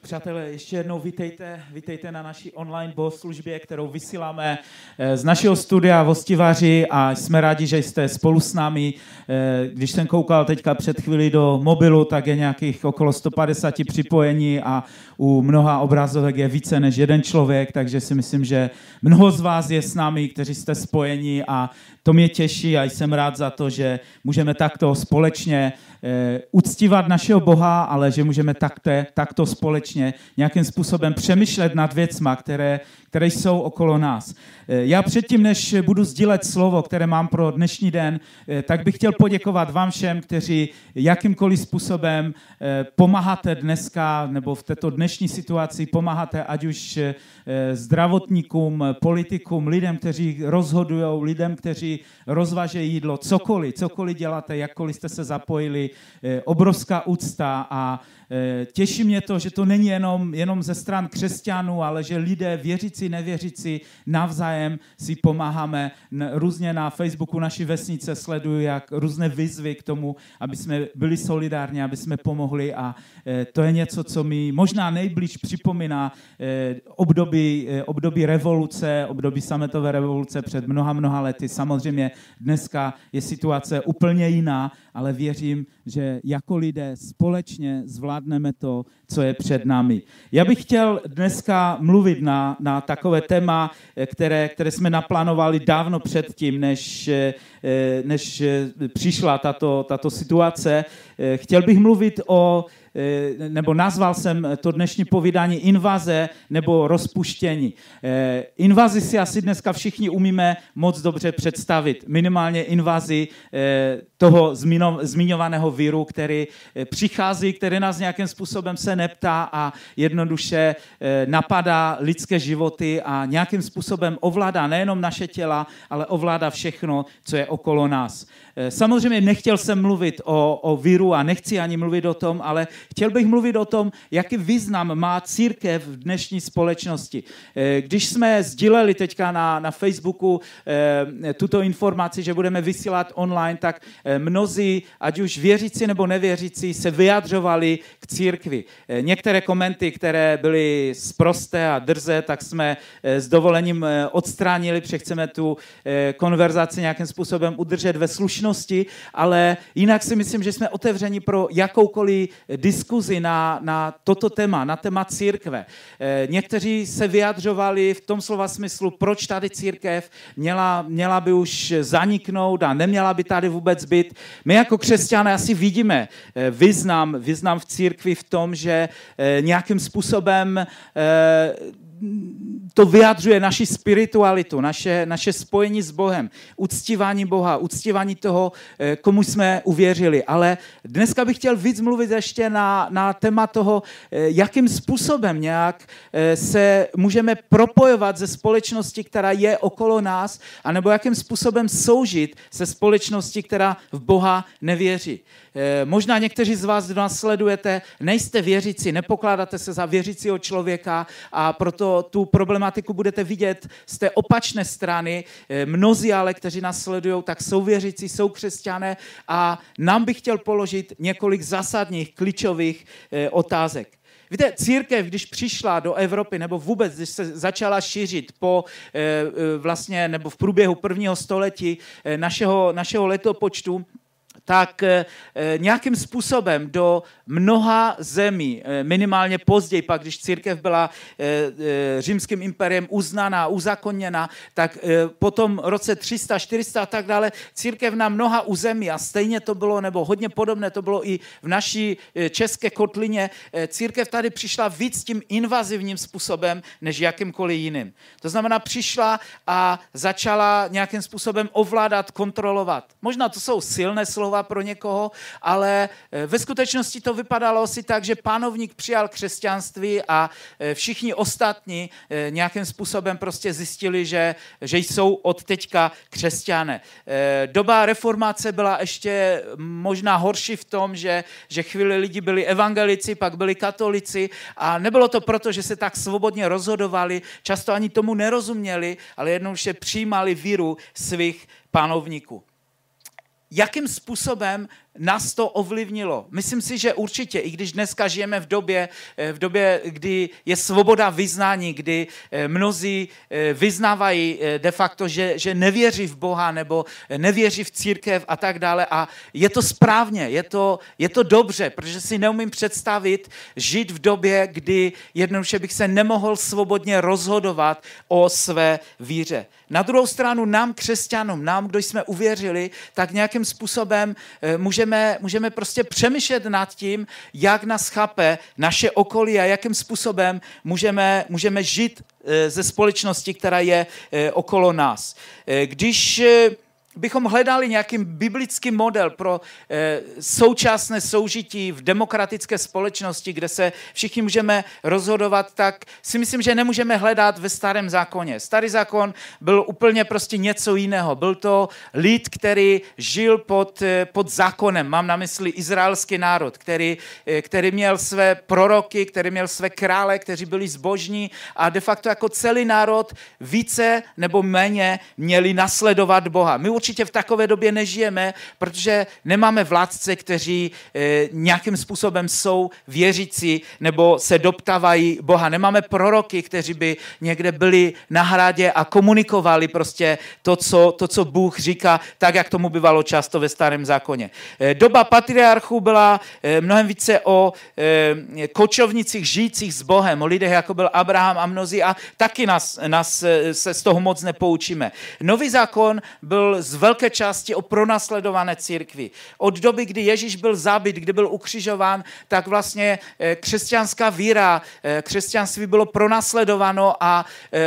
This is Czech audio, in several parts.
Přátelé, ještě jednou vítejte na naší online bohoslužbě, kterou vysíláme z našeho studia v Hostivaři a jsme rádi, že jste spolu s námi. Když jsem koukal teďka před chvíli do mobilu, tak je nějakých okolo 150 připojení a u mnoha obrazovek je více než jeden člověk, takže si myslím, že mnoho z vás je s námi, kteří jste spojeni a to mě těší a jsem rád za to, že můžeme takto společně uctívat našeho Boha, ale že můžeme takto společně nějakým způsobem přemýšlet nad věcma, které jsou okolo nás. Já předtím, než budu sdílet slovo, které mám pro dnešní den, tak bych chtěl poděkovat vám všem, kteří jakýmkoliv způsobem pomáháte dneska nebo v této dnešní situaci, pomáháte ať už zdravotníkům, politikům, lidem, kteří rozhodují, lidem, kteří rozvažejí jídlo, cokoliv děláte, jakkoliv jste se zapojili, obrovská úcta a těší mě to, že to není jenom ze stran křesťanů, ale že lidé, věřící, nevěřící, navzájem si pomáháme. Různě na Facebooku naší vesnice sleduju, jak různé výzvy k tomu, aby jsme byli solidární, aby jsme pomohli a to je něco, co mi možná nejblíž připomíná období revoluce, období sametové revoluce před mnoha lety. Samozřejmě dneska je situace úplně jiná, ale věřím, že jako lidé společně zvládneme to, co je před námi. Já bych chtěl dneska mluvit na takové téma, které jsme naplánovali dávno předtím, než přišla tato situace. Chtěl bych mluvit nebo nazval jsem to dnešní povídání invaze nebo rozpuštění. Invazi si asi dneska všichni umíme moc dobře představit. Minimálně invazi toho zmiňovaného viru, který přichází, který nás nějakým způsobem se neptá a jednoduše napadá lidské životy a nějakým způsobem ovládá nejenom naše těla, ale ovládá všechno, co je okolo nás. Samozřejmě nechtěl jsem mluvit o viru a nechci ani mluvit o tom, ale chtěl bych mluvit o tom, jaký význam má církev v dnešní společnosti. Když jsme sdíleli teďka na Facebooku tuto informaci, že budeme vysílat online, tak mnozí, ať už věřící nebo nevěřící, se vyjadřovali k církvi. Některé komenty, které byly sprosté a drzé, tak jsme s dovolením odstránili, protože chceme tu konverzaci nějakým způsobem udržet ve slušnosti, ale jinak si myslím, že jsme otevřeni pro jakoukoliv diskuzi na toto téma, na téma církve. Někteří se vyjadřovali v tom slova smyslu, proč tady církev měla by už zaniknout a neměla by tady vůbec být. My jako křesťané asi vidíme význam v církvi v tom, že nějakým způsobem to vyjadřuje naši spiritualitu, naše spojení s Bohem, uctívání Boha, uctívání toho, komu jsme uvěřili. Ale dneska bych chtěl víc mluvit ještě na téma toho, jakým způsobem nějak se můžeme propojovat ze společnosti, která je okolo nás, anebo jakým způsobem soužít se společností, která v Boha nevěří. Možná někteří z vás, kdo nás sledujete, nejste věřící, nepokládáte se za věřícího člověka a proto tu problematiku budete vidět z té opačné strany. Mnozí ale, kteří nás sledují, tak jsou věřící, jsou křesťané a nám bych chtěl položit několik zásadních, klíčových otázek. Víte, církev, když přišla do Evropy, nebo vůbec, když se začala šířit nebo v průběhu prvního století našeho letopočtu, tak nějakým způsobem do mnoha zemí, minimálně později, pak když církev byla římským impériem uznaná, uzakoněna, tak potom roce 300, 400 a tak dále, církev na mnoha území a stejně to bylo, nebo hodně podobné to bylo i v naší české kotlině, církev tady přišla víc tím invazivním způsobem, než jakýmkoliv jiným. To znamená, přišla a začala nějakým způsobem ovládat, kontrolovat. Možná to jsou silné slova pro někoho, ale ve skutečnosti to vypadalo asi tak, že panovník přijal křesťanství a všichni ostatní nějakým způsobem prostě zjistili, že jsou od teďka křesťané. Doba reformace byla ještě možná horší v tom, že chvíli lidi byli evangelici, pak byli katolici a nebylo to proto, že se tak svobodně rozhodovali, často ani tomu nerozuměli, ale jednoduše přijímali víru svých panovníků. jakým způsobem nás to ovlivnilo. Myslím si, že určitě, i když dneska žijeme v době, kdy je svoboda vyznání, kdy mnozí vyznávají de facto, že nevěří v Boha nebo nevěří v církev a tak dále. A je to správně, je to dobře, protože si neumím představit žít v době, kdy jednoduše bych se nemohl svobodně rozhodovat o své víře. Na druhou stranu nám, křesťanům, nám, kdo jsme uvěřili, tak nějakým způsobem můžeme prostě přemýšlet nad tím, jak nás chápe naše okolí a jakým způsobem můžeme žít ze společnosti, která je okolo nás. Když bychom hledali nějaký biblický model pro současné soužití v demokratické společnosti, kde se všichni můžeme rozhodovat, tak si myslím, že nemůžeme hledat ve Starém zákoně. Starý zákon byl úplně prostě něco jiného. Byl to lid, který žil pod zákonem. Mám na mysli izraelský národ, který měl své proroky, který měl své krále, kteří byli zbožní a de facto jako celý národ více nebo méně měli nasledovat Boha. My určitě v takové době nežijeme, protože nemáme vládce, kteří nějakým způsobem jsou věřící nebo se doptávají Boha. Nemáme proroky, kteří by někde byli na hradě a komunikovali prostě to, co Bůh říká, tak, jak tomu bývalo často ve Starém zákoně. Doba patriarchů byla mnohem více o kočovnicích žijících s Bohem, o lidech, jako byl Abraham a mnozí, a taky nás se z toho moc nepoučíme. Nový zákon byl z velké části o pronásledované církvi. Od doby, kdy Ježíš byl zabit, kdy byl ukřižován, tak vlastně křesťanská víra, křesťanství bylo pronásledováno a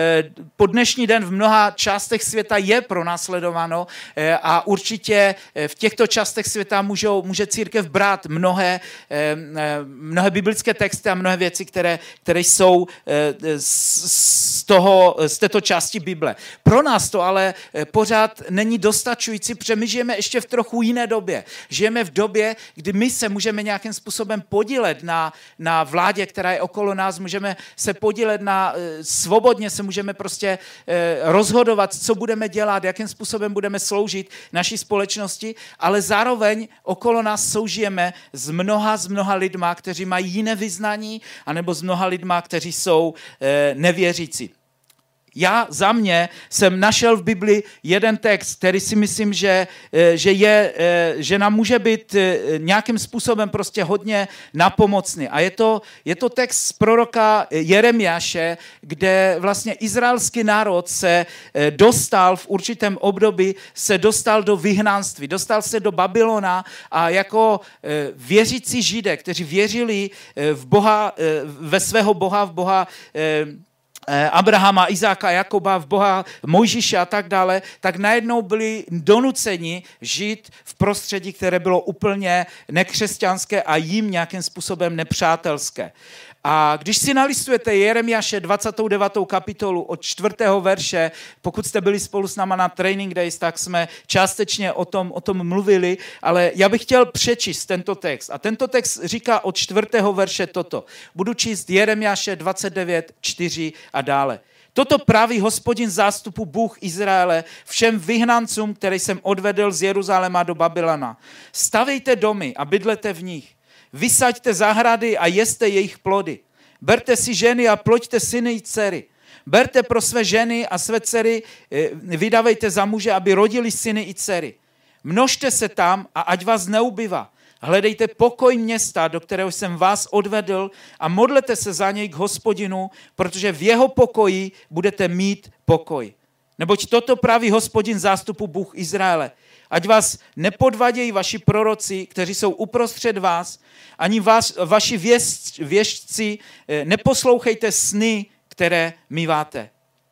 po dnešní den v mnoha částech světa je pronásledováno a určitě v těchto částech světa může církev brát mnohé biblické texty a mnohé věci, které jsou z této části Bible. Pro nás to ale pořád není dostačující, protože my žijeme ještě v trochu jiné době. Žijeme v době, kdy my se můžeme nějakým způsobem podílet na vládě, která je okolo nás, můžeme se podílet svobodně se můžeme prostě rozhodovat, co budeme dělat, jakým způsobem budeme sloužit naší společnosti, ale zároveň okolo nás soužijeme s mnoha lidma, kteří mají jiné vyznání, anebo s mnoha lidma, kteří jsou nevěřící. Já za mě jsem našel v Biblii jeden text, který si myslím, že nám může být nějakým způsobem prostě hodně napomocný. A je to text z proroka Jeremiáše, kde vlastně izraelský národ se dostal v určitém období, do vyhnanství, dostal se do Babylona a jako věřící Židé, kteří věřili v Boha, ve svého Boha, v Boha Abrahama, Izáka, Jakoba, v Boha Mojžíše a tak dále, tak najednou byli donuceni žít v prostředí, které bylo úplně nekřesťanské a jim nějakým způsobem nepřátelské. A když si nalistujete Jeremiáše 29. kapitolu od 4. verše, pokud jste byli spolu s náma na Training Days, tak jsme částečně o tom mluvili, ale já bych chtěl přečíst tento text. A tento text říká od 4. verše toto. Budu číst Jeremiáše 29, 4 a dále. Toto praví Hospodin zástupu Bůh Izraele všem vyhnancům, který jsem odvedl z Jeruzaléma do Babylona. Stavejte domy a bydlete v nich. Vysaďte zahrady a jeste jejich plody. Berte si ženy a ploďte syny i dcery. Berte pro své ženy a své dcery, vydávejte za muže, aby rodili syny i dcery. Množte se tam a ať vás neubývá. Hledejte pokoj města, do kterého jsem vás odvedl a modlete se za něj k Hospodinu, protože v jeho pokoji budete mít pokoj. Neboť toto praví Hospodin zástupu Bůh Izraele. Ať vás nepodvadějí vaši proroci, kteří jsou uprostřed vás, ani vaši věštci, neposlouchejte sny, které míváte.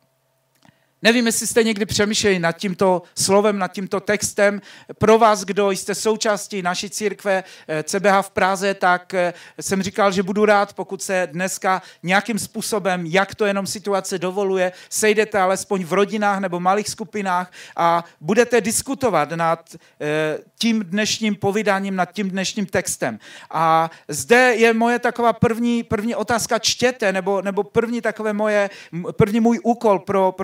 Nevím, jestli jste někdy přemýšleli nad tímto slovem, nad tímto textem. Pro vás, kdo jste součástí naší církve CBH v Praze, tak jsem říkal, že budu rád, pokud se dneska nějakým způsobem, jak to jenom situace dovoluje, sejdete alespoň v rodinách nebo malých skupinách a budete diskutovat nad tím dnešním povídáním, nad tím dnešním textem. A zde je moje taková první otázka, čtěte, nebo první můj úkol pro naše skupiny,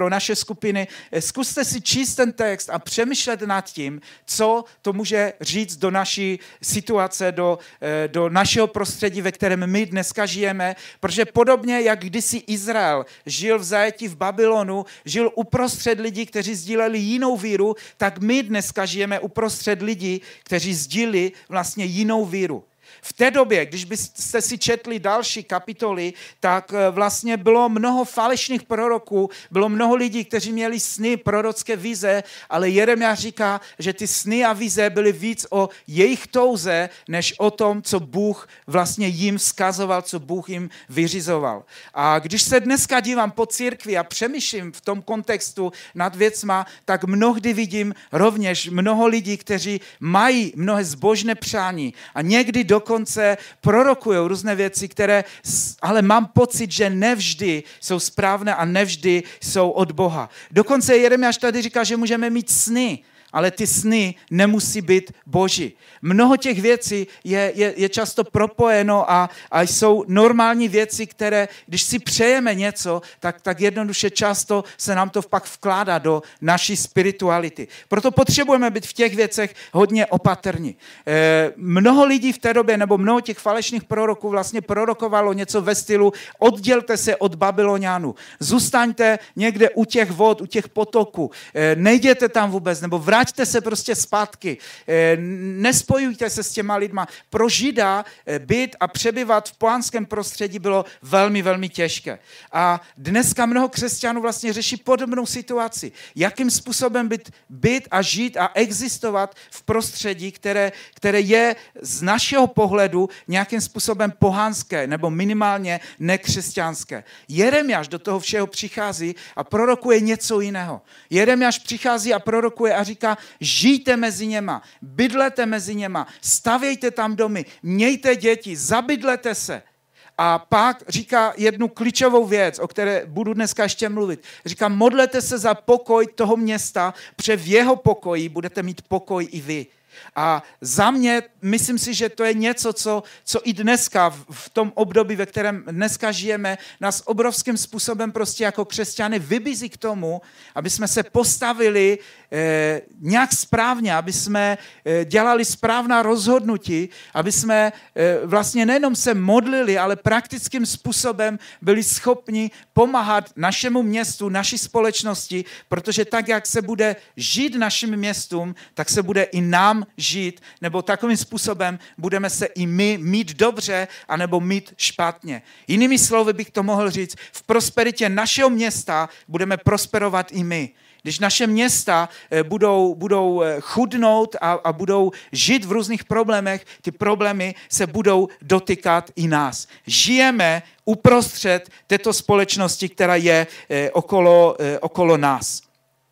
skupiny, zkuste si číst ten text a přemýšlet nad tím, co to může říct do naší situace, do našeho prostředí, ve kterém my dneska žijeme, protože podobně, jak kdysi Izrael žil v zajetí v Babylonu, žil uprostřed lidí, kteří sdíleli jinou víru, tak my dneska žijeme uprostřed lidí, kteří sdílí vlastně jinou víru. V té době, když byste si četli další kapitoly, tak vlastně bylo mnoho falešných proroků, bylo mnoho lidí, kteří měli sny, prorocké vize, ale Jeremiáš říká, že ty sny a vize byly víc o jejich touze, než o tom, co Bůh vlastně jim vzkazoval, co Bůh jim vyřizoval. A když se dneska dívám po církvi a přemýšlím v tom kontextu nad věcma, tak mnohdy vidím rovněž mnoho lidí, kteří mají mnohé zbožné přání a někdy dokonce prorokují různé věci, které ale mám pocit, že nevždy jsou správné a nevždy jsou od Boha. Dokonce Jeremiáš tady říká, že můžeme mít sny, ale ty sny nemusí být boží. Mnoho těch věcí je často propojeno a jsou normální věci, které, když si přejeme něco, tak jednoduše často se nám to pak vkládá do naší spirituality. Proto potřebujeme být v těch věcech hodně opatrní. Mnoho lidí v té době, nebo mnoho těch falešných proroků vlastně prorokovalo něco ve stylu oddělte se od Babyloniánů, zůstaňte někde u těch vod, u těch potoků, nejděte tam vůbec, nebo vraťte se prostě zpátky, nespojujte se s těma lidma. Pro Žida být a přebyvat v pohanském prostředí bylo velmi, velmi těžké. A dneska mnoho křesťanů vlastně řeší podobnou situaci. Jakým způsobem být a žít a existovat v prostředí, které je z našeho pohledu nějakým způsobem pohanské nebo minimálně nekřesťanské. Jeremiáš do toho všeho přichází a prorokuje něco jiného. Jeremiáš přichází a prorokuje a říká, žijte mezi něma, bydlete mezi něma, stavějte tam domy, mějte děti, zabydlete se. A pak říká jednu klíčovou věc, o které budu dneska ještě mluvit. Říká, modlete se za pokoj toho města, protože v jeho pokoji budete mít pokoj i vy. A za mě, myslím si, že to je něco, co i dneska, v tom období, ve kterém dneska žijeme, nás obrovským způsobem prostě jako křesťany vybízí k tomu, aby jsme se postavili nějak správně, aby jsme dělali správná rozhodnutí, aby jsme vlastně nejenom se modlili, ale praktickým způsobem byli schopni pomáhat našemu městu, naší společnosti, protože tak, jak se bude žít našim městům, tak se bude i nám žít, nebo takovým způsobem budeme se i my mít dobře, anebo mít špatně. Jinými slovy bych to mohl říct, v prosperitě našeho města budeme prosperovat i my. Když naše města budou chudnout a budou žít v různých problémech, ty problémy se budou dotýkat i nás. Žijeme uprostřed této společnosti, která je okolo nás.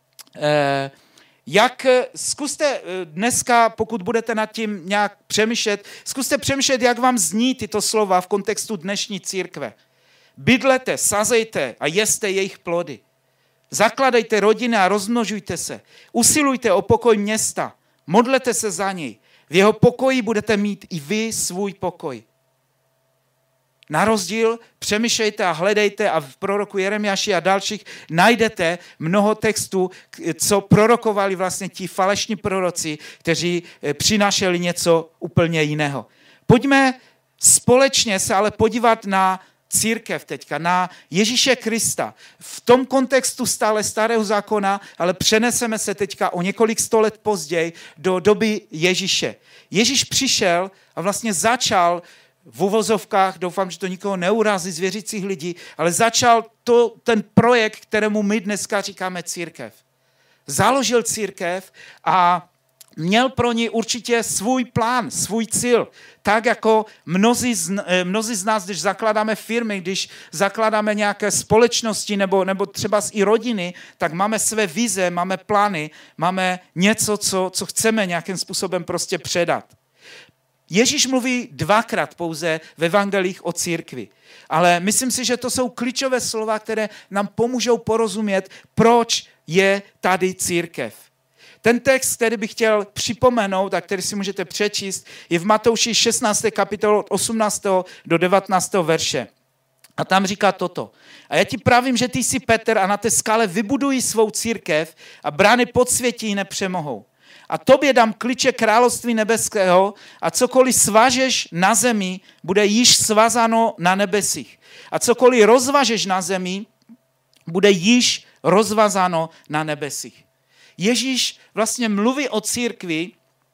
Zkuste dneska, pokud budete nad tím nějak přemýšlet, zkuste přemýšlet, jak vám zní tyto slova v kontextu dnešní církve. Bydlete, sazejte a jeste jejich plody. Zakladejte rodiny a rozmnožujte se. Usilujte o pokoj města. Modlete se za něj. V jeho pokoji budete mít i vy svůj pokoj. Na rozdíl přemýšlejte a hledejte a v proroku Jeremiáši a dalších najdete mnoho textů, co prorokovali vlastně ti falešní proroci, kteří přinášeli něco úplně jiného. Pojďme společně se ale podívat na církev teďka, na Ježíše Krista. V tom kontextu stále starého zákona, ale přeneseme se teďka o několik sto let později do doby Ježíše. Ježíš přišel a vlastně začal v uvozovkách, doufám, že to nikoho neurazí z věřících lidí, ale začal ten projekt, kterému my dneska říkáme církev. Založil církev a měl pro ní určitě svůj plán, svůj cíl. Tak jako mnozí z nás, když zakládáme firmy, když zakládáme nějaké společnosti nebo třeba i rodiny, tak máme své vize, máme plány, máme něco, co chceme nějakým způsobem prostě předat. Ježíš mluví dvakrát pouze v evangelích o církvi, ale myslím si, že to jsou klíčové slova, které nám pomůžou porozumět, proč je tady církev. Ten text, který bych chtěl připomenout a který si můžete přečíst, je v Matouši 16. kapitole od 18. do 19. verše. A tam říká toto. A já ti pravím, že ty jsi Petr a na té skale vybudují svou církev a brány podsvětí ji nepřemohou. A tobě dám klíče království nebeského a cokoliv svažeš na zemi, bude již svazáno na nebesích. A cokoliv rozvažeš na zemi, bude již rozvazáno na nebesích. Ježíš vlastně mluví o církvi,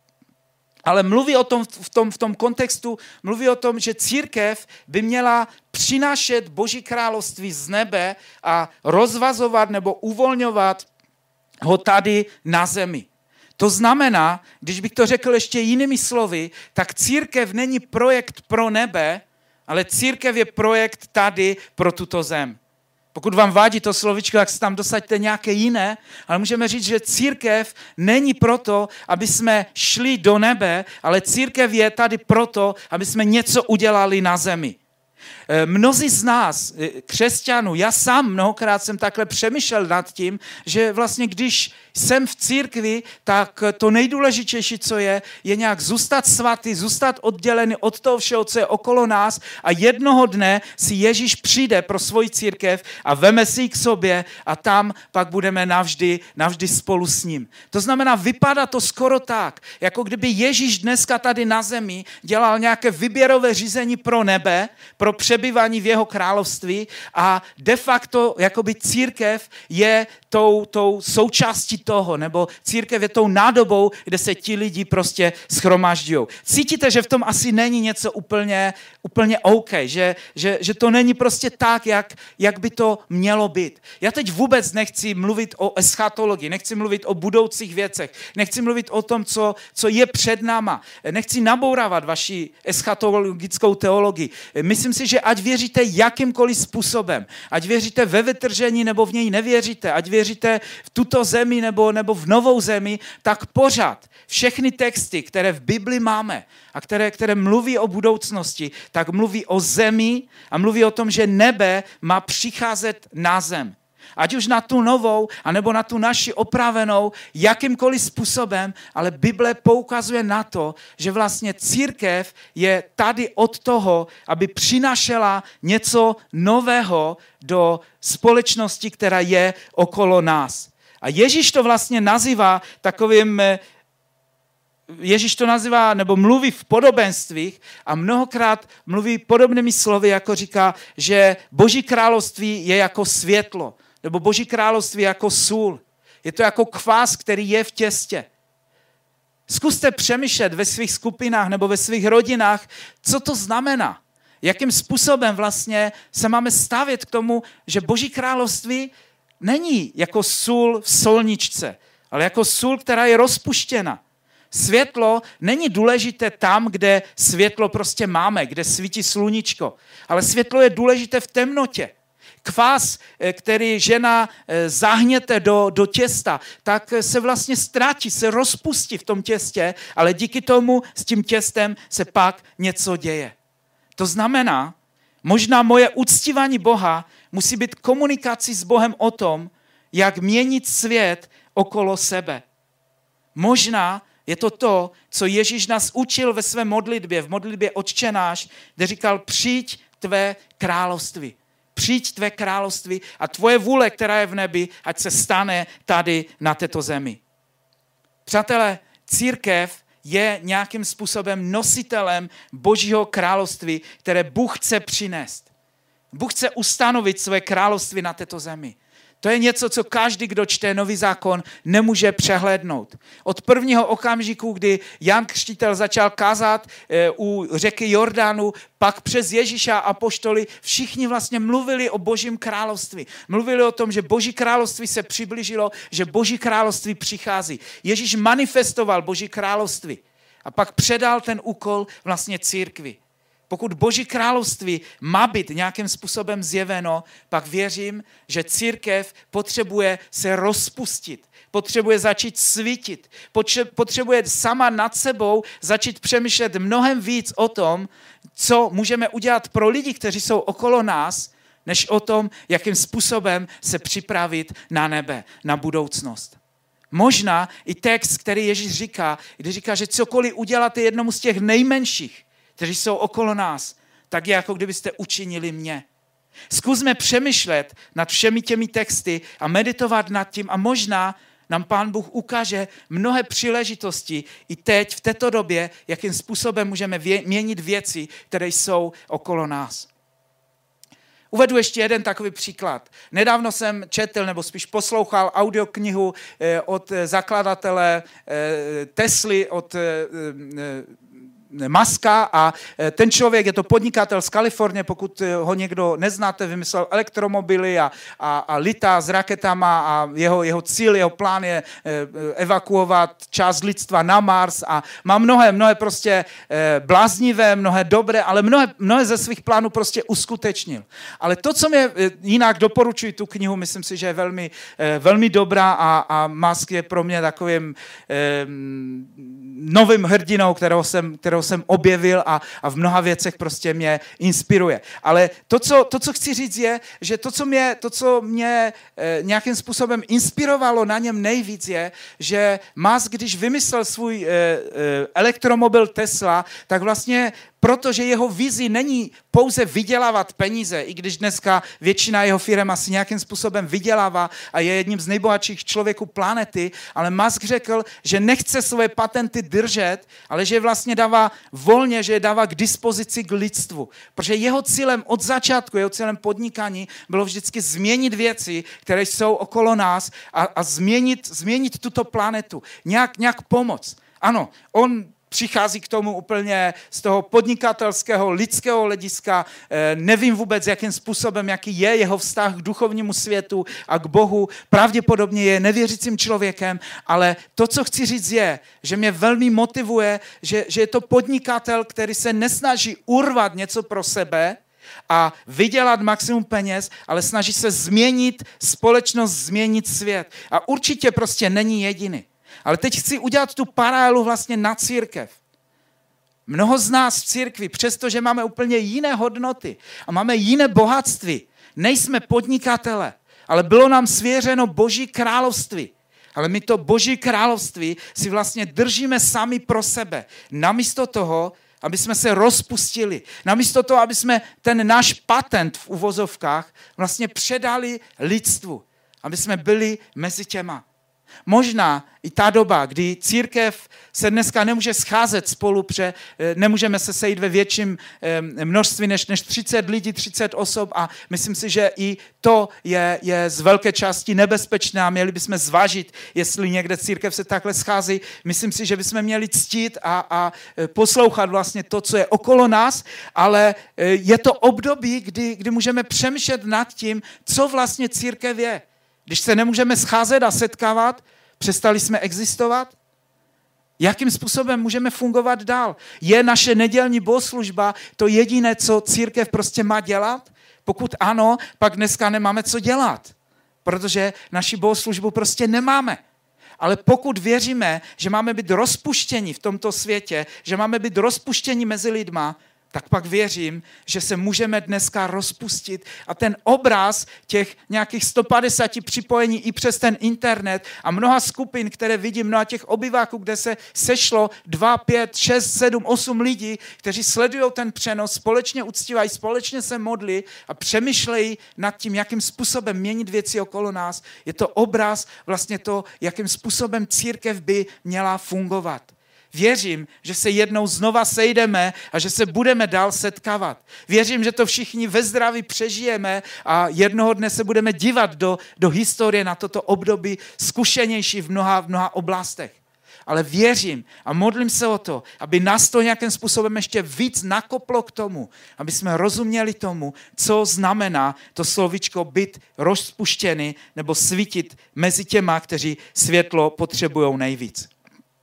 ale mluví o tom v tom kontextu, mluví o tom, že církev by měla přinášet Boží království z nebe a rozvazovat nebo uvolňovat ho tady na zemi. To znamená, když bych to řekl ještě jinými slovy, tak církev není projekt pro nebe, ale církev je projekt tady pro tuto zem. Pokud vám vadí to slovičko, tak si tam dosaďte nějaké jiné, ale můžeme říct, že církev není proto, aby jsme šli do nebe, ale církev je tady proto, aby jsme něco udělali na zemi. Mnozí z nás, křesťanů, já sám mnohokrát jsem takhle přemýšlel nad tím, že vlastně když jsem v církvi, tak to nejdůležitější, co je nějak zůstat svatý, zůstat oddělený od toho všeho, co je okolo nás a jednoho dne si Ježíš přijde pro svoji církev a veme si ji k sobě a tam pak budeme navždy spolu s ním. To znamená, vypadá to skoro tak, jako kdyby Ježíš dneska tady na zemi dělal nějaké výběrové řízení pro nebe, pro přebývání v jeho království a de facto jakoby církev je tou součástí toho, nebo církev je tou nádobou, kde se ti lidi prostě shromažďují. Cítíte, že v tom asi není něco úplně OK, že to není prostě tak, jak by to mělo být. Já teď vůbec nechci mluvit o eschatologii, nechci mluvit o budoucích věcech, nechci mluvit o tom, co je před náma, nechci nabourávat vaši eschatologickou teologii. Myslím si, že ať věříte jakýmkoliv způsobem, ať věříte ve vytržení nebo v něj nevěříte, ať věříte v tuto zemi nebo v novou zemi, tak pořád všechny texty, které v Bibli máme a které mluví o budoucnosti, tak mluví o zemi a mluví o tom, že nebe má přicházet na zem. Ať už na tu novou, anebo na tu naši opravenou, jakýmkoliv způsobem, ale Bible poukazuje na to, že vlastně církev je tady od toho, aby přinašela něco nového do společnosti, která je okolo nás. A Ježíš to vlastně nazývá nebo mluví v podobenstvích a mnohokrát mluví podobnými slovy, jako říká, že Boží království je jako světlo, nebo Boží království jako sůl. Je to jako kvás, který je v těstě. Zkuste přemýšlet ve svých skupinách nebo ve svých rodinách, co to znamená. Jakým způsobem vlastně se máme stavět k tomu, že Boží království není jako sůl v solničce, ale jako sůl, která je rozpuštěna. Světlo není důležité tam, kde světlo prostě máme, kde svítí sluníčko, ale světlo je důležité v temnotě. Kvás, který žena zahněte do těsta, tak se vlastně ztratí, se rozpustí v tom těstě, ale díky tomu s tím těstem se pak něco děje. To znamená, možná moje uctívání Boha musí být komunikací s Bohem o tom, jak měnit svět okolo sebe. Možná je to, co Ježíš nás učil ve své modlitbě, v modlitbě Otče náš, kde říkal, přijď tvé království. Přijď tvé království a tvoje vůle, která je v nebi, ať se stane tady na této zemi. Přátelé, církev je nějakým způsobem nositelem Božího království, které Bůh chce přinést. Bůh chce ustanovit své království na této zemi. To je něco, co každý, kdo čte Nový zákon, nemůže přehlédnout. Od prvního okamžiku, kdy Jan Křtitel začal kázat u řeky Jordánu, pak přes Ježíša a apoštoly, všichni vlastně mluvili o Božím království. Mluvili o tom, že Boží království se přiblížilo, že Boží království přichází. Ježíš manifestoval Boží království a pak předal ten úkol vlastně církvi. Pokud Boží království má být nějakým způsobem zjeveno, pak věřím, že církev potřebuje se rozpustit, potřebuje začít svítit, potřebuje sama nad sebou začít přemýšlet mnohem víc o tom, co můžeme udělat pro lidi, kteří jsou okolo nás, než o tom, jakým způsobem se připravit na nebe, na budoucnost. Možná i text, který Ježíš říká, když říká, že cokoliv uděláte jednomu z těch nejmenších, kteří jsou okolo nás, tak je jako kdybyste učinili mě. Zkusme přemýšlet nad všemi těmi texty a meditovat nad tím a možná nám Pán Bůh ukáže mnohé příležitosti i teď, v této době, jakým způsobem můžeme měnit věci, které jsou okolo nás. Uvedu ještě jeden takový příklad. Nedávno jsem četl, nebo spíš poslouchal audioknihu od zakladatele Tesly, od Muska, a ten člověk, je to podnikatel z Kalifornie, pokud ho někdo neznáte, vymyslel elektromobily a litá s raketama a jeho cíl, jeho plán je evakuovat část lidstva na Mars a má mnohé prostě bláznivé, mnohé dobré, ale mnohé ze svých plánů prostě uskutečnil. Ale to, co mě jinak doporučuji tu knihu, myslím si, že je velmi, velmi dobrá a Musk je pro mě takovým novým hrdinou, kterého jsem objevil a v mnoha věcech prostě mě inspiruje. Ale to, co chci říct, je, že to, co mě nějakým způsobem inspirovalo na něm nejvíc, je, že Musk, když vymyslel svůj elektromobil Tesla, tak vlastně protože jeho vizí není pouze vydělávat peníze, i když dneska většina jeho firem asi nějakým způsobem vydělává a je jedním z nejbohatších člověků planety, ale Musk řekl, že nechce své patenty držet, ale že je vlastně dává volně, že je dává k dispozici k lidstvu. Protože jeho cílem od začátku, jeho cílem podnikání bylo vždycky změnit věci, které jsou okolo nás a změnit tuto planetu, nějak pomoct. Ano, on přichází k tomu úplně z toho podnikatelského, lidského hlediska. Nevím vůbec, jakým způsobem, jaký je jeho vztah k duchovnímu světu a k Bohu. Pravděpodobně je nevěřícím člověkem, ale to, co chci říct, je, že mě velmi motivuje, že je to podnikatel, který se nesnaží urvat něco pro sebe a vydělat maximum peněz, ale snaží se změnit společnost, změnit svět. A určitě prostě není jediný. Ale teď chci udělat tu paralelu vlastně na církev. Mnoho z nás v církvi, přestože máme úplně jiné hodnoty a máme jiné bohatství, nejsme podnikatele, ale bylo nám svěřeno Boží království. Ale my to Boží království si vlastně držíme sami pro sebe. Namísto toho, aby jsme se rozpustili, namísto toho, aby jsme ten náš patent v uvozovkách vlastně předali lidstvu, aby jsme byli mezi těma. Možná i ta doba, kdy církev se dneska nemůže scházet spolu, nemůžeme se sejít ve větším množství než 30 lidí, 30 osob a myslím si, že i to je z velké části nebezpečné a měli bychom zvážit, jestli někde církev se takhle schází. Myslím si, že bychom měli ctít a poslouchat vlastně to, co je okolo nás, ale je to období, kdy můžeme přemýšlet nad tím, co vlastně církev je. Když se nemůžeme scházet a setkávat, přestali jsme existovat? Jakým způsobem můžeme fungovat dál? Je naše nedělní bohoslužba to jediné, co církev prostě má dělat? Pokud ano, pak dneska nemáme co dělat, protože naši bohoslužbu prostě nemáme. Ale pokud věříme, že máme být rozpuštěni v tomto světě, že máme být rozpuštěni mezi lidma, tak pak věřím, že se můžeme dneska rozpustit a ten obraz těch nějakých 150 připojení i přes ten internet a mnoha skupin, které vidím, mnoha těch obyváků, kde se sešlo 2, 5, 6, 7, 8 lidí, kteří sledují ten přenos, společně uctívají, společně se modlí a přemýšlejí nad tím, jakým způsobem měnit věci okolo nás. Je to obraz vlastně to, jakým způsobem církev by měla fungovat. Věřím, že se jednou znova sejdeme a že se budeme dál setkávat. Věřím, že to všichni ve zdraví přežijeme a jednoho dne se budeme dívat do historie na toto období zkušenější v mnoha oblastech. Ale věřím a modlím se o to, aby nás to nějakým způsobem ještě víc nakoplo k tomu, aby jsme rozuměli tomu, co znamená to slovíčko být rozpuštěný nebo svítit mezi těma, kteří světlo potřebují nejvíc.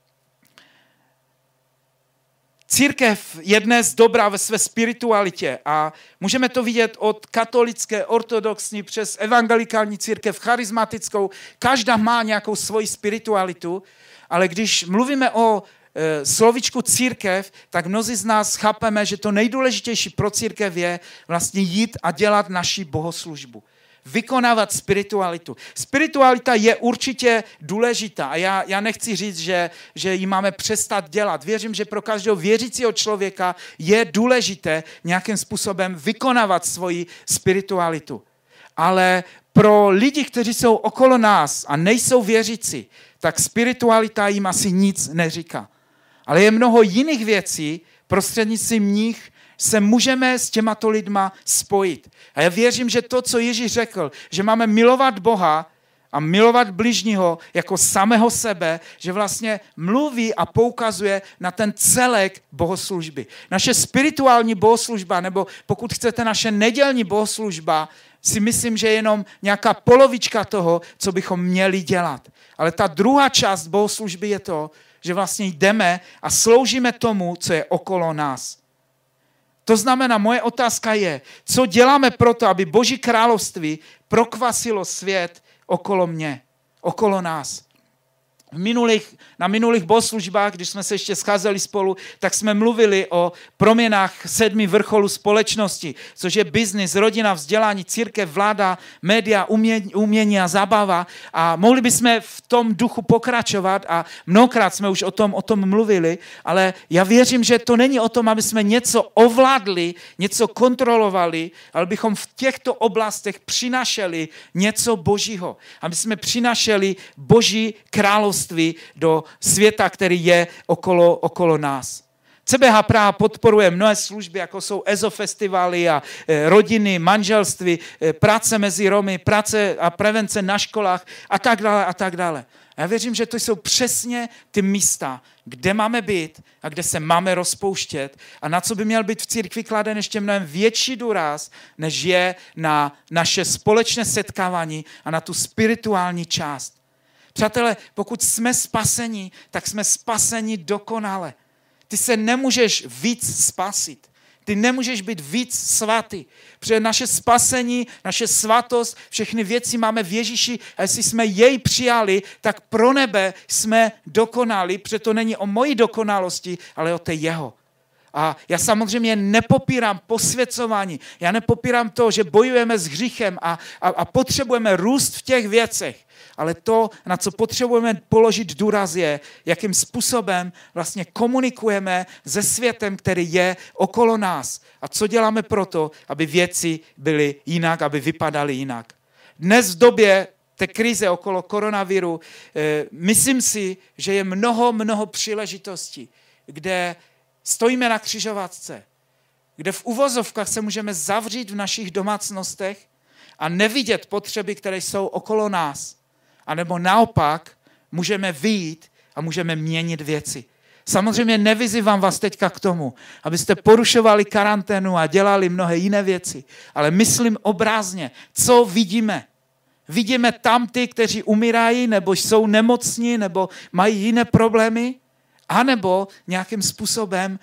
Církev je dnes dobrá ve své spiritualitě a můžeme to vidět od katolické, ortodoxní přes evangelikální církev, charismatickou. Každá má nějakou svoji spiritualitu, ale když mluvíme o slovíčku církev, tak mnozí z nás chápeme, že to nejdůležitější pro církev je vlastně jít a dělat naši bohoslužbu. vykonávat spiritualitu. Spiritualita je určitě důležitá a já nechci říct, že ji máme přestat dělat. Věřím, že pro každého věřícího člověka je důležité nějakým způsobem vykonávat svoji spiritualitu. Ale pro lidi, kteří jsou okolo nás a nejsou věřící, tak spiritualita jim asi nic neříká. Ale je mnoho jiných věcí, prostřednictvím nich se můžeme s těmato lidma spojit. A já věřím, že to, co Ježíš řekl, že máme milovat Boha a milovat bližního jako samého sebe, že vlastně mluví a poukazuje na ten celek bohoslužby. Naše spirituální bohoslužba, nebo pokud chcete naše nedělní bohoslužba, si myslím, že je jenom nějaká polovička toho, co bychom měli dělat. Ale ta druhá část bohoslužby je to, že vlastně jdeme a sloužíme tomu, co je okolo nás. To znamená, moje otázka je, co děláme proto, aby Boží království prokvasilo svět okolo mě, okolo nás. Na minulých bohoslužbách, když jsme se ještě scházeli spolu, tak jsme mluvili o proměnách 7 vrcholů společnosti, což je biznis, rodina, vzdělání, církev, vláda, média, umění a zábava. A mohli bychom v tom duchu pokračovat a mnohokrát jsme už o tom mluvili, ale já věřím, že to není o tom, aby jsme něco ovládli, něco kontrolovali, ale bychom v těchto oblastech přinašeli něco Božího. Aby jsme přinašeli Boží království do světa, který je okolo nás. CBH Praha podporuje mnohé služby, jako jsou EZO festivaly a rodiny, manželství, práce mezi Romy, práce a prevence na školách a tak dále a tak dále. Já věřím, že to jsou přesně ty místa, kde máme být a kde se máme rozpouštět a na co by měl být v církvi kladen ještě mnohem větší důraz, než je na naše společné setkávání a na tu spirituální část. Přátelé, pokud jsme spaseni, tak jsme spaseni dokonale. Ty se nemůžeš víc spasit. Ty nemůžeš být víc svatý. Protože naše spasení, naše svatost, všechny věci máme v Ježíši a jestli jsme jej přijali, tak pro nebe jsme dokonali, protože to není o mojí dokonalosti, ale o té jeho. A já samozřejmě nepopírám posvěcování. Já nepopírám to, že bojujeme s hříchem a potřebujeme růst v těch věcech. Ale to, na co potřebujeme položit důraz, je, jakým způsobem vlastně komunikujeme se světem, který je okolo nás. A co děláme proto, aby věci byly jinak, aby vypadaly jinak. Dnes v době té krize okolo koronaviru, myslím si, že je mnoho příležitostí, kde stojíme na křižovatce, kde v uvozovkách se můžeme zavřít v našich domácnostech a nevidět potřeby, které jsou okolo nás. A nebo naopak můžeme vyjít a můžeme měnit věci. Samozřejmě nevyzývám vás teďka k tomu, abyste porušovali karanténu a dělali mnohé jiné věci, ale myslím obrazně, co vidíme. Vidíme tam ty, kteří umírají, nebo jsou nemocní, nebo mají jiné problémy, anebo nějakým způsobem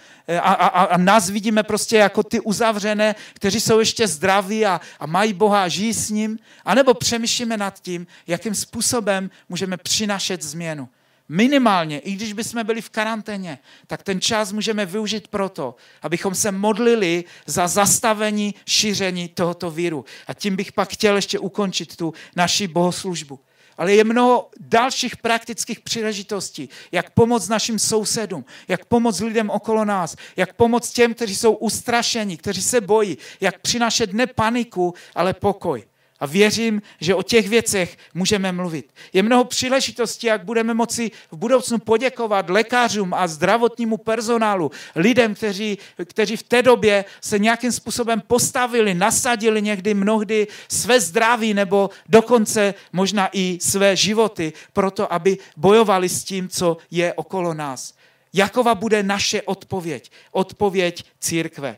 a nás vidíme prostě jako ty uzavřené, kteří jsou ještě zdraví a mají Boha a žijí s ním, anebo přemýšlíme nad tím, jakým způsobem můžeme přinášet změnu. Minimálně, i když bychom byli v karanténě, tak ten čas můžeme využít proto, abychom se modlili za zastavení šíření tohoto víru. A tím bych pak chtěl ještě ukončit tu naši bohoslužbu. Ale je mnoho dalších praktických příležitostí, jak pomoct našim sousedům, jak pomoct lidem okolo nás, jak pomoct těm, kteří jsou ustrašeni, kteří se bojí, jak přinášet ne paniku, ale pokoj. A věřím, že o těch věcech můžeme mluvit. Je mnoho příležitostí, jak budeme moci v budoucnu poděkovat lékařům a zdravotnímu personálu, lidem, kteří v té době se nějakým způsobem postavili, nasadili mnohdy své zdraví nebo dokonce možná i své životy, proto aby bojovali s tím, co je okolo nás. Jaková bude naše odpověď? Odpověď církve.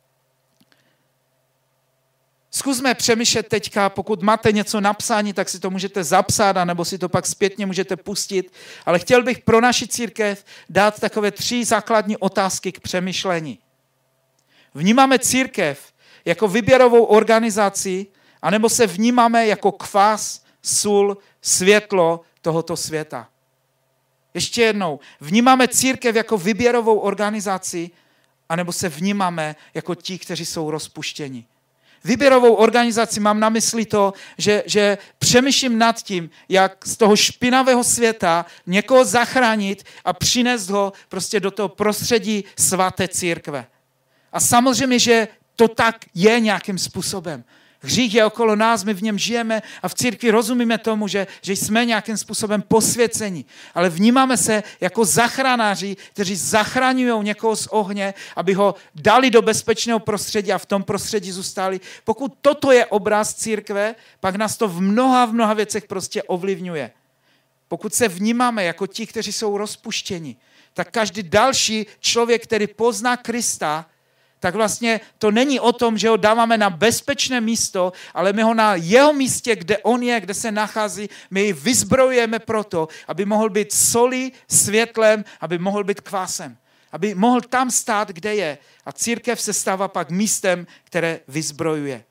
Zkusme přemýšlet teďka, pokud máte něco napsání, tak si to můžete zapsat, anebo si to pak zpětně můžete pustit. Ale chtěl bych pro naši církev dát takové 3 základní otázky k přemýšlení. Vnímáme církev jako výběrovou organizaci, anebo se vnímáme jako kvas, sůl, světlo tohoto světa. Ještě jednou, vnímáme církev jako výběrovou organizaci, anebo se vnímáme jako ti, kteří jsou rozpuštěni. výběrovou organizaci mám na mysli to, že přemýšlím nad tím, jak z toho špinavého světa někoho zachránit a přinést ho prostě do toho prostředí svaté církve. A samozřejmě, že to tak je nějakým způsobem. Hřích je okolo nás, my v něm žijeme a v církvi rozumíme tomu, že jsme nějakým způsobem posvěceni. Ale vnímáme se jako zachranáři, kteří zachraňují někoho z ohně, aby ho dali do bezpečného prostředí a v tom prostředí zůstali. Pokud toto je obraz církve, pak nás to v mnoha věcech prostě ovlivňuje. Pokud se vnímáme jako ti, kteří jsou rozpuštěni, tak každý další člověk, který pozná Krista, tak vlastně to není o tom, že ho dáváme na bezpečné místo, ale my ho na jeho místě, kde on je, kde se nachází, my ji vyzbrojujeme proto, aby mohl být solí, světlem, aby mohl být kvásem. Aby mohl tam stát, kde je. A církev se stává pak místem, které vyzbrojuje.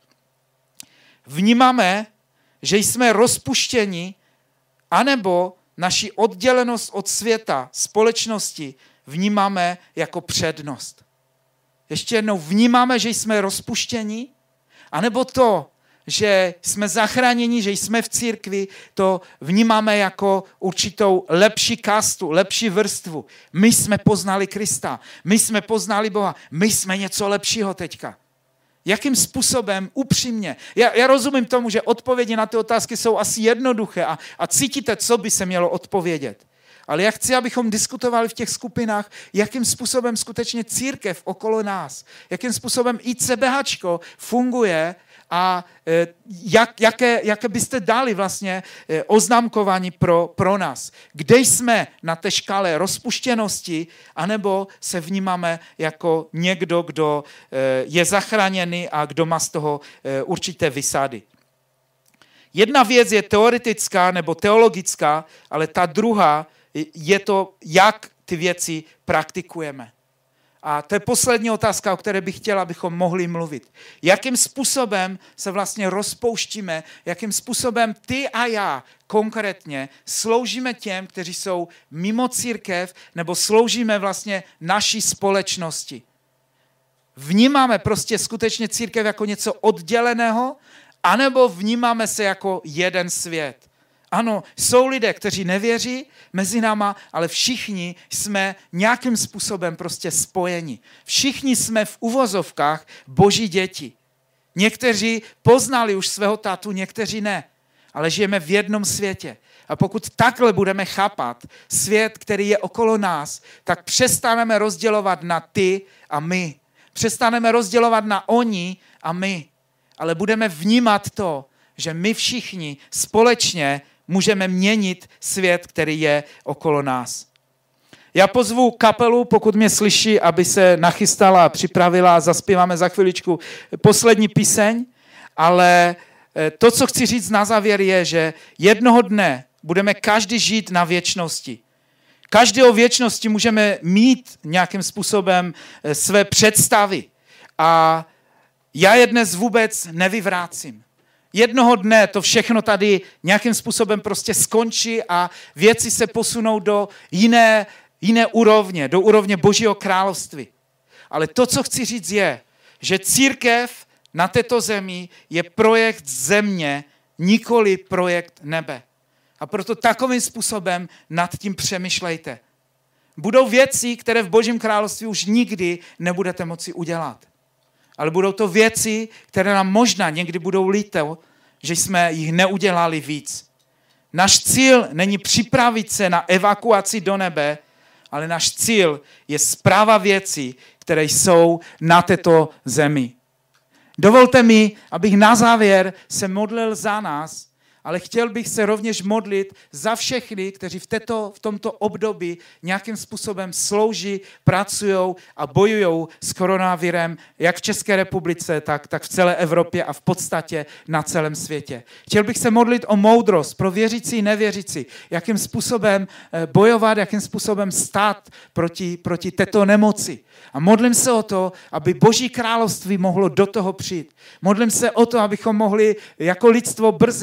Vnímáme, že jsme rozpuštěni, anebo naši oddělenost od světa, společnosti vnímáme jako přednost. Ještě jednou, vnímáme, že jsme rozpuštěni, anebo to, že jsme zachráněni, že jsme v církvi, to vnímáme jako určitou lepší kastu, lepší vrstvu. My jsme poznali Krista, my jsme poznali Boha, my jsme něco lepšího teďka. Jakým způsobem, upřímně. Já rozumím tomu, že odpovědi na ty otázky jsou asi jednoduché a cítíte, co by se mělo odpovědět. Ale já chci, abychom diskutovali v těch skupinách, jakým způsobem skutečně církev okolo nás, jakým způsobem ICBHčko funguje a jaké byste dali vlastně oznámkování pro nás. Kde jsme na té škále rozpuštěnosti, anebo se vnímáme jako někdo, kdo je zachráněný a kdo má z toho určité výsady. Jedna věc je teoretická nebo teologická, ale ta druhá je to, jak ty věci praktikujeme. A to je poslední otázka, o které bych chtěl, abychom mohli mluvit. Jakým způsobem se vlastně rozpouštíme, jakým způsobem ty a já konkrétně sloužíme těm, kteří jsou mimo církev, nebo sloužíme vlastně naší společnosti. Vnímáme prostě skutečně církev jako něco odděleného, anebo vnímáme se jako jeden svět. Ano, jsou lidé, kteří nevěří mezi náma, ale všichni jsme nějakým způsobem prostě spojeni. Všichni jsme v uvozovkách Boží děti. Někteří poznali už svého tátu, někteří ne, ale žijeme v jednom světě. A pokud takhle budeme chápat svět, který je okolo nás, tak přestaneme rozdělovat na ty a my. Přestaneme rozdělovat na oni a my. Ale budeme vnímat to, že my všichni společně můžeme měnit svět, který je okolo nás. Já pozvu kapelu, pokud mě slyší, aby se nachystala a připravila a zaspíváme za chviličku poslední píseň, ale to, co chci říct na závěr, je, že jednoho dne budeme každý žít na věčnosti. Každý o věčnosti můžeme mít nějakým způsobem své představy a já je dnes vůbec nevyvrácím. Jednoho dne to všechno tady nějakým způsobem prostě skončí a věci se posunou do jiné úrovně, do úrovně Božího království. Ale to, co chci říct, je, že církev na této zemi je projekt země, nikoli projekt nebe. A proto takovým způsobem nad tím přemýšlejte. Budou věci, které v Božím království už nikdy nebudete moci udělat. Ale budou to věci, které nám možná někdy budou líto, že jsme jich neudělali víc. Náš cíl není připravit se na evakuaci do nebe, ale náš cíl je správa věcí, které jsou na této zemi. Dovolte mi, abych na závěr se modlil za nás, ale chtěl bych se rovněž modlit za všechny, kteří v tomto období nějakým způsobem slouží, pracují a bojují s koronavirem, jak v České republice, tak v celé Evropě a v podstatě na celém světě. Chtěl bych se modlit o moudrost pro věřící i nevěřící, jakým způsobem bojovat, jakým způsobem stát proti této nemoci. A modlím se o to, aby Boží království mohlo do toho přijít. Modlím se o to, abychom mohli jako lidstvo brzy vynaleznout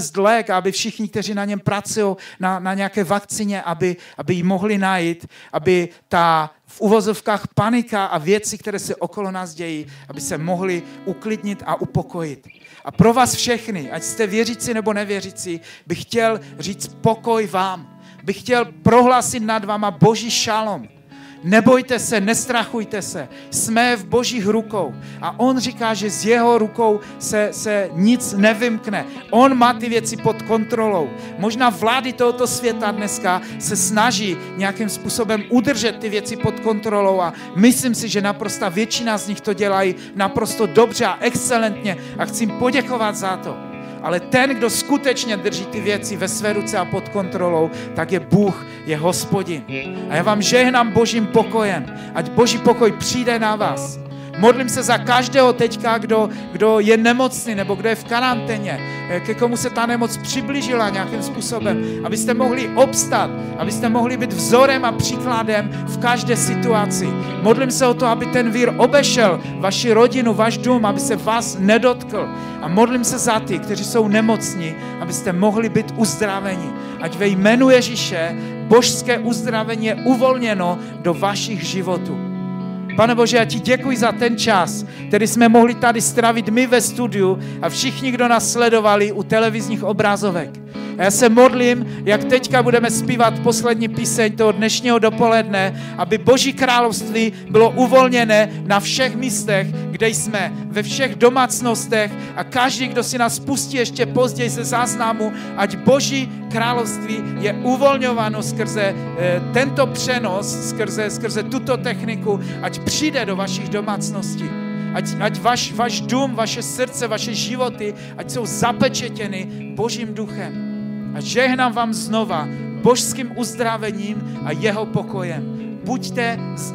nalézt lék, aby všichni, kteří na něm pracují, na nějaké vakcíně, aby ji mohli najít, aby ta v uvozovkách panika a věci, které se okolo nás dějí, aby se mohli uklidnit a upokojit. A pro vás všechny, ať jste věřící nebo nevěřící, bych chtěl říct pokoj vám. Bych chtěl prohlásit nad váma Boží šalom. Nebojte se, nestrachujte se. Jsme v Božích rukou. A on říká, že z jeho rukou se nic nevymkne. On má ty věci pod kontrolou. Možná vlády tohoto světa dneska se snaží nějakým způsobem udržet ty věci pod kontrolou a myslím si, že naprosto většina z nich to dělají naprosto dobře a excelentně a chci jim poděkovat za to. Ale ten, kdo skutečně drží ty věci ve své ruce a pod kontrolou, tak je Bůh, je Hospodin. A já vám žehnám Božím pokojem. Ať Boží pokoj přijde na vás. Modlím se za každého teďka, kdo je nemocný nebo kdo je v karanténě, ke komu se ta nemoc přiblížila nějakým způsobem, abyste mohli obstat, abyste mohli být vzorem a příkladem v každé situaci. Modlím se o to, aby ten vír obešel vaši rodinu, váš dům, aby se vás nedotkl. A modlím se za ty, kteří jsou nemocní, abyste mohli být uzdraveni. Ať ve jménu Ježíše božské uzdravení je uvolněno do vašich životů. Pane Bože, já ti děkuji za ten čas, který jsme mohli tady strávit my ve studiu a všichni, kdo nás sledovali u televizních obrazovek. A já se modlím, jak teďka budeme zpívat poslední píseň toho dnešního dopoledne, aby Boží království bylo uvolněné na všech místech, kde jsme, ve všech domácnostech a každý, kdo si nás pustí ještě později ze záznamu, ať Boží království je uvolňováno skrze tento přenos, skrze tuto techniku, ať přijde do vašich domácností. Ať váš dům, vaše srdce, vaše životy, ať jsou zapečetěny Božím duchem. A žehnám vám znova božským uzdravením a jeho pokojem. Buďte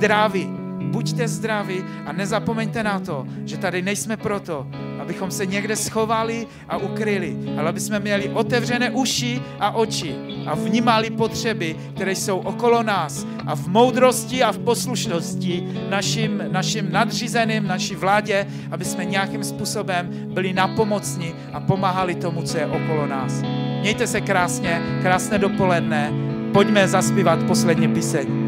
zdraví a nezapomeňte na to, že tady nejsme proto, abychom se někde schovali a ukryli, ale aby jsme měli otevřené uši a oči a vnímali potřeby, které jsou okolo nás a v moudrosti a v poslušnosti našim nadřízeným, naší vládě, aby jsme nějakým způsobem byli napomocni a pomáhali tomu, co je okolo nás. Mějte se krásně, krásné dopoledne, pojďme zaspívat poslední píseň.